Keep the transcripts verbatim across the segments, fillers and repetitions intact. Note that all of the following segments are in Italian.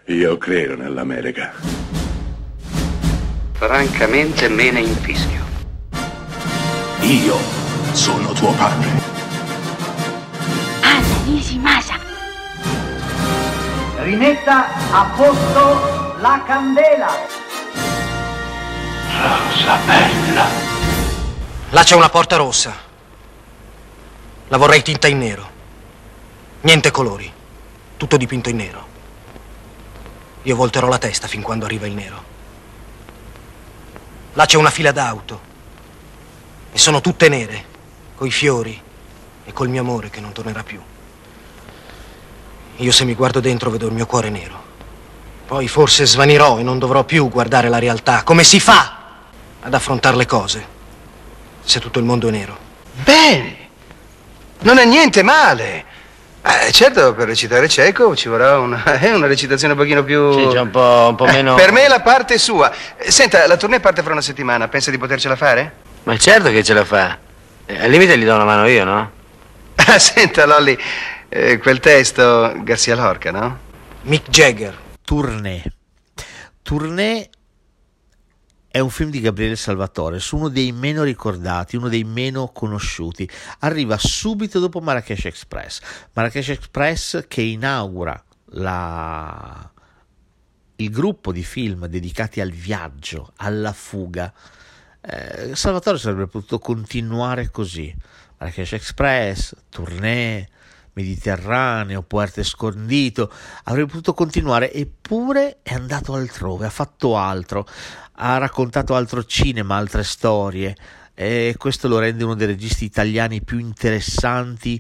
Io credo nell'America. Francamente me ne infischio. Io sono tuo padre. Anna Nishimasa. Rimetta a posto la candela. Rosa bella. Là c'è una porta rossa. La vorrei tinta in nero. Niente colori. Tutto dipinto in nero. Io volterò la testa fin quando arriva il nero. Là c'è una fila d'auto. E sono tutte nere. Coi fiori. E col mio amore che non tornerà più. Io se mi guardo dentro vedo il mio cuore nero. Poi forse svanirò e non dovrò più guardare la realtà. Come si fa ad affrontare le cose se tutto il mondo è nero? Bene, non è niente male. Eh, certo, per recitare Chekhov ci vorrà una, eh, una recitazione un pochino più... Sì, c'è un po', un po' meno... Eh, per me è la parte sua. Eh, Senta, la tournée parte fra una settimana. Pensa di potercela fare? Ma certo che ce la fa. Eh, al limite gli do una mano io, no? Ah, senta, Lolli, eh, quel testo Garcia Lorca, no? Mick Jagger. Tournée. Tournée è un film di Gabriele Salvatore, su uno dei meno ricordati, uno dei meno conosciuti. Arriva subito dopo Marrakesh Express. Marrakesh Express che inaugura la... il gruppo di film dedicati al viaggio, alla fuga. Eh, Salvatore sarebbe potuto continuare così. Marrakesh Express, Tournée, Mediterraneo, Puerto Escondido, avrebbe potuto continuare, eppure è andato altrove, ha fatto altro, ha raccontato altro cinema, altre storie, e questo lo rende uno dei registi italiani più interessanti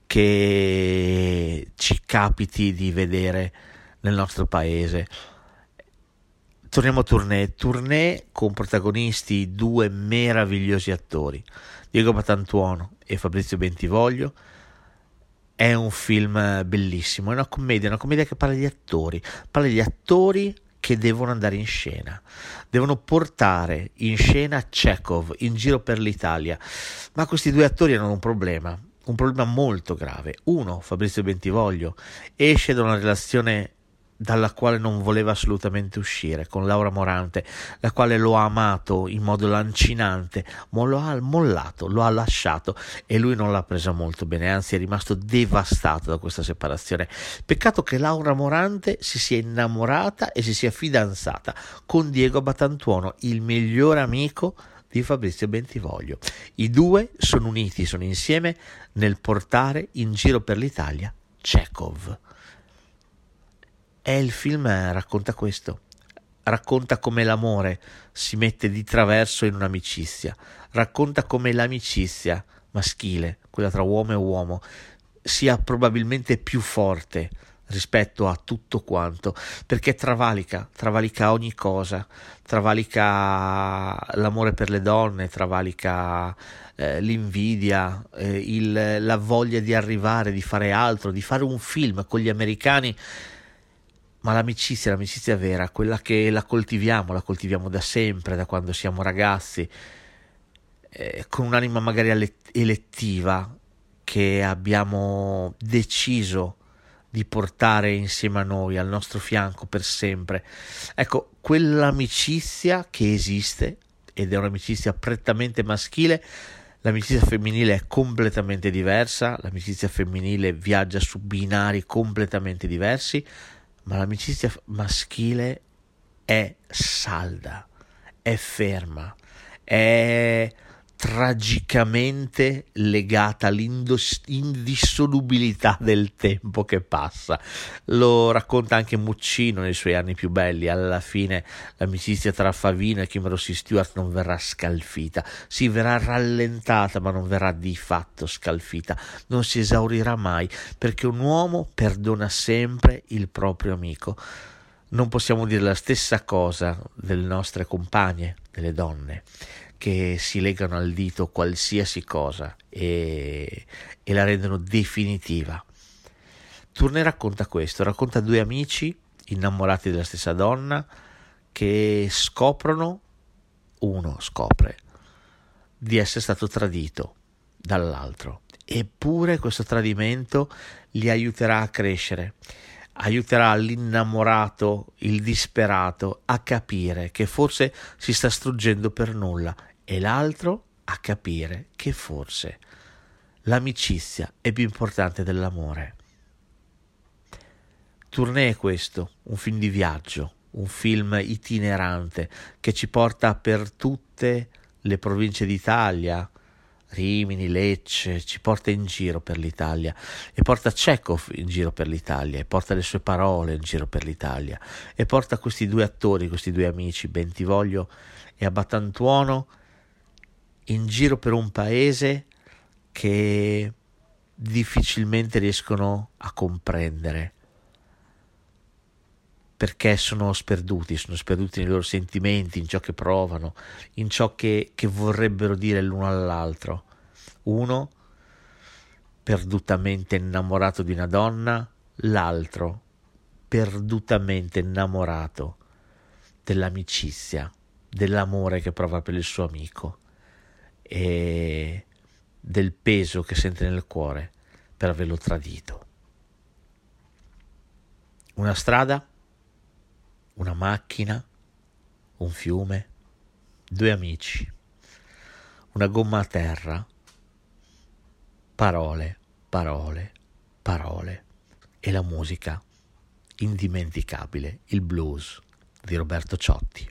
che ci capiti di vedere nel nostro paese. Torniamo a Tournée, Tournée con protagonisti due meravigliosi attori, Diego Batantuono e Fabrizio Bentivoglio. È un film bellissimo, è una commedia, una commedia che parla di attori, parla di attori che devono andare in scena, devono portare in scena Chekhov in giro per l'Italia, ma questi due attori hanno un problema, un problema molto grave. Uno, Fabrizio Bentivoglio, esce da una relazione dalla quale non voleva assolutamente uscire, con Laura Morante, la quale lo ha amato in modo lancinante, ma lo ha mollato, lo ha lasciato e lui non l'ha presa molto bene, anzi è rimasto devastato da questa separazione. Peccato che Laura Morante si sia innamorata e si sia fidanzata con Diego Batantuono, il migliore amico di Fabrizio Bentivoglio. I due sono uniti, sono insieme nel portare in giro per l'Italia Chekhov. E il film racconta questo, racconta come l'amore si mette di traverso in un'amicizia, racconta come l'amicizia maschile, quella tra uomo e uomo, sia probabilmente più forte rispetto a tutto quanto, perché travalica, travalica ogni cosa, travalica l'amore per le donne, travalica eh, l'invidia, eh, il, la voglia di arrivare, di fare altro, di fare un film con gli americani. Ma l'amicizia, l'amicizia vera, quella che la coltiviamo, la coltiviamo da sempre, da quando siamo ragazzi, eh, con un'anima magari elettiva che abbiamo deciso di portare insieme a noi, al nostro fianco per sempre. Ecco, quell'amicizia che esiste, ed è un'amicizia prettamente maschile. L'amicizia femminile è completamente diversa, l'amicizia femminile viaggia su binari completamente diversi, ma l'amicizia maschile è salda, è ferma, è tragicamente legata all'indissolubilità del tempo che passa. Lo racconta anche Muccino nei suoi anni più belli. Alla fine l'amicizia tra Favino e Kim Rossi Stewart non verrà scalfita, si verrà rallentata, ma non verrà di fatto scalfita, non si esaurirà mai, perché un uomo perdona sempre il proprio amico. Non possiamo dire la stessa cosa delle nostre compagne, delle donne, che si legano al dito qualsiasi cosa e, e la rendono definitiva. Tournée racconta questo, racconta due amici innamorati della stessa donna che scoprono, uno scopre di essere stato tradito dall'altro, eppure questo tradimento li aiuterà a crescere, aiuterà l'innamorato, il disperato a capire che forse si sta struggendo per nulla e l'altro a capire che forse l'amicizia è più importante dell'amore. Tournée è questo, un film di viaggio, un film itinerante che ci porta per tutte le province d'Italia, Rimini, Lecce, ci porta in giro per l'Italia e porta Chekhov in giro per l'Italia e porta le sue parole in giro per l'Italia e porta questi due attori, questi due amici, Bentivoglio e Abbatantuono, in giro per un paese che difficilmente riescono a comprendere, perché sono sperduti, sono sperduti nei loro sentimenti, in ciò che provano, in ciò che, che vorrebbero dire l'uno all'altro. Uno perdutamente innamorato di una donna, l'altro perdutamente innamorato dell'amicizia, dell'amore che prova per il suo amico e del peso che sente nel cuore per averlo tradito. Una strada, una macchina, un fiume, due amici, una gomma a terra, parole, parole, parole e la musica indimenticabile, il blues di Roberto Ciotti.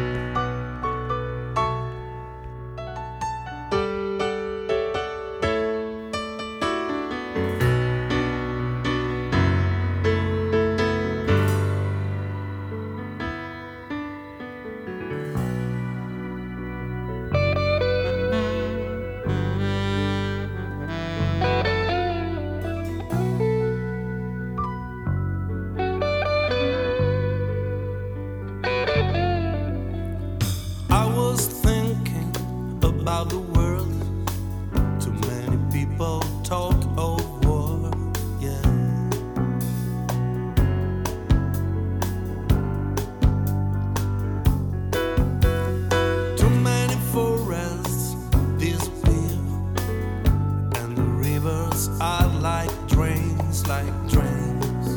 About the world, too many people talk of war, yeah. Too many forests disappear, and the rivers are like drains, like drains.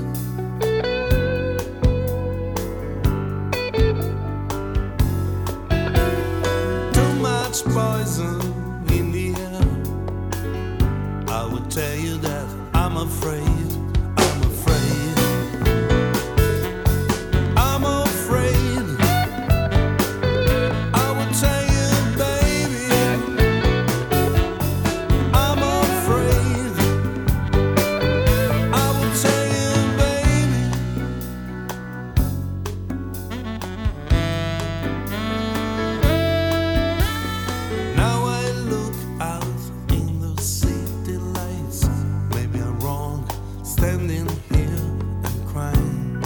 Too much poison in the air. I would tell you that I'm afraid, I'm afraid, I'm afraid. I would tell you, baby, I'm afraid. I would tell you, baby. Now I look out in the city lights. Maybe I'm wrong, standing here and crying.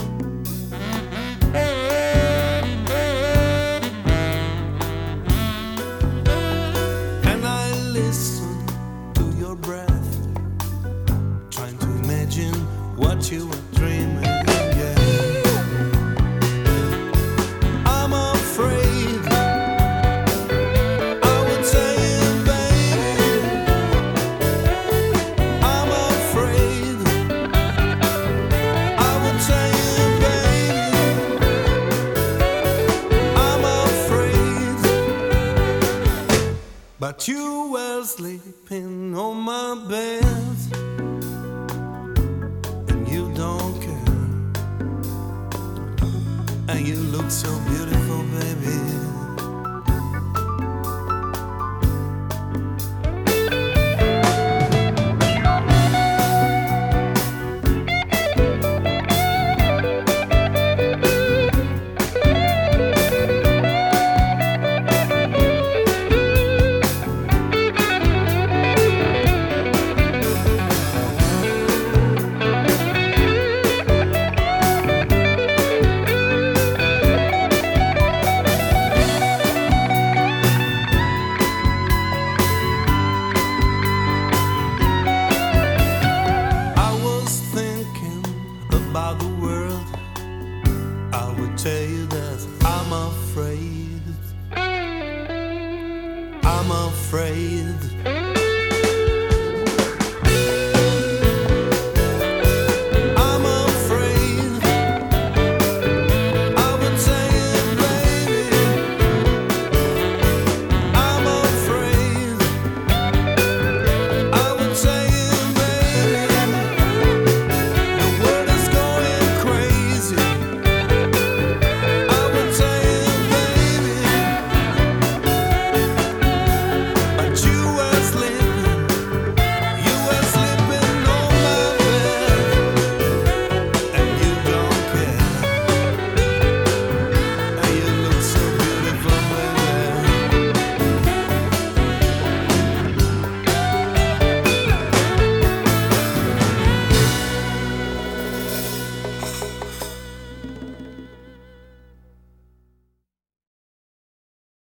And I listen to your breath, trying to imagine what you were dreaming. Yeah. I'm afraid. I would tell you, baby, I'm afraid. I would tell you, baby, I'm afraid. But you were sleeping on my bed, and you don't care, and you look so beautiful, baby. I was thinking about the world. I would tell you that I'm afraid. I'm afraid.